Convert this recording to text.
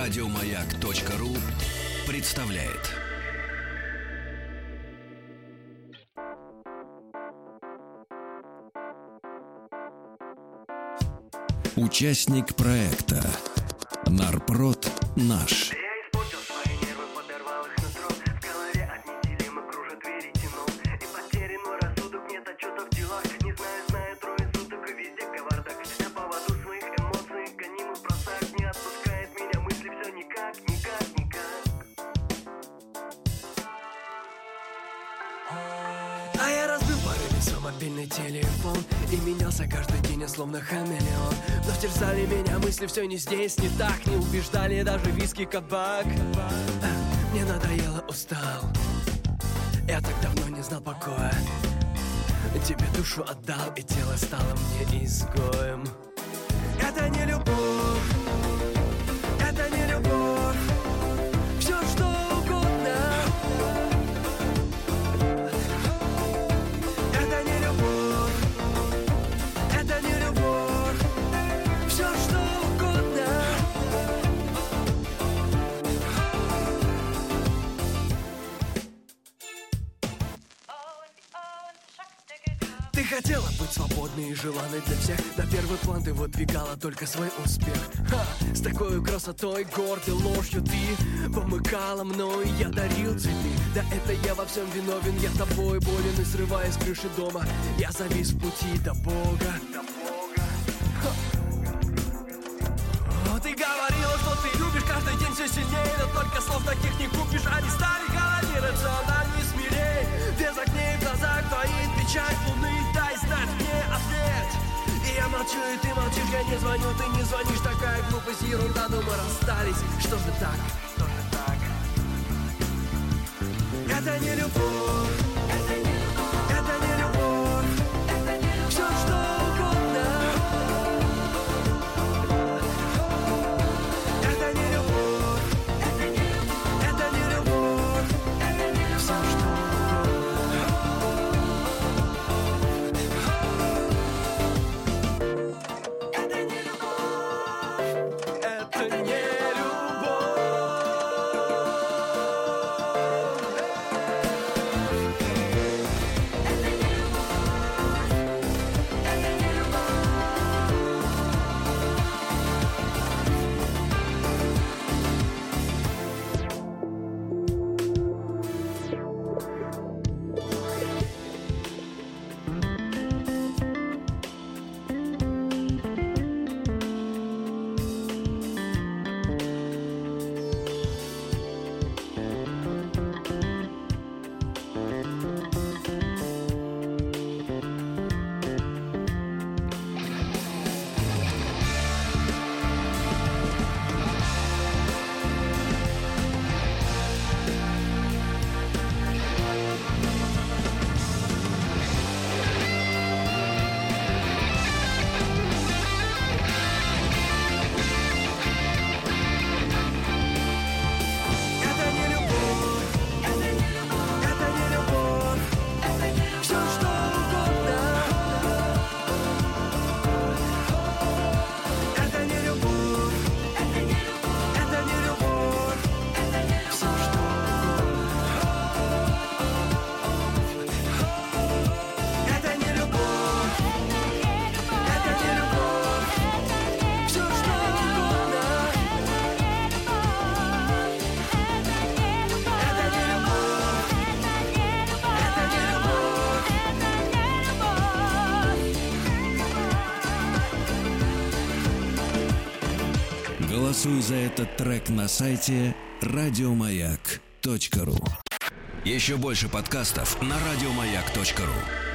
Радиомаяк.ру представляет. Участник проекта Нарпрод наш. Мобильный телефон и менялся каждый день, я словно хамелеон. Но терзали меня мысли, все не здесь, не так. Не убеждали даже виски, кабак. Мне надоело, устал. Я так давно не знал покоя. Тебе душу отдал, и тело стало мне изгоем. Это не любовь, это не любовь. Все что угодно. Ты хотела быть свободной и желанной для всех. На первый план ты выдвигала только свой успех. С такой красотой, гордой ложью ты помыкала мной, я дарил цветы. Да это я во всем виновен, я тобой болен. И срываясь с крыши дома, я завис в пути до Бога. Ты говорила, что ты любишь каждый день все сильнее. Но только слов таких не купишь, они стали голоднее, рациональнее, смелее. Без огней в глазах твоих печать луны. Дай знать мне ответ. И я молчу, и ты молчишь, я не звоню, ты не звонишь. Такая глупость, ерунда, но мы расстались. Что же так? Что же так? Это не любовь. Это не любовь. Это не любовь. Это не любовь. Все что угодно. Голосуй за этот трек на сайте Радиомаяк.ру. Еще больше подкастов на Радиомаяк.ру.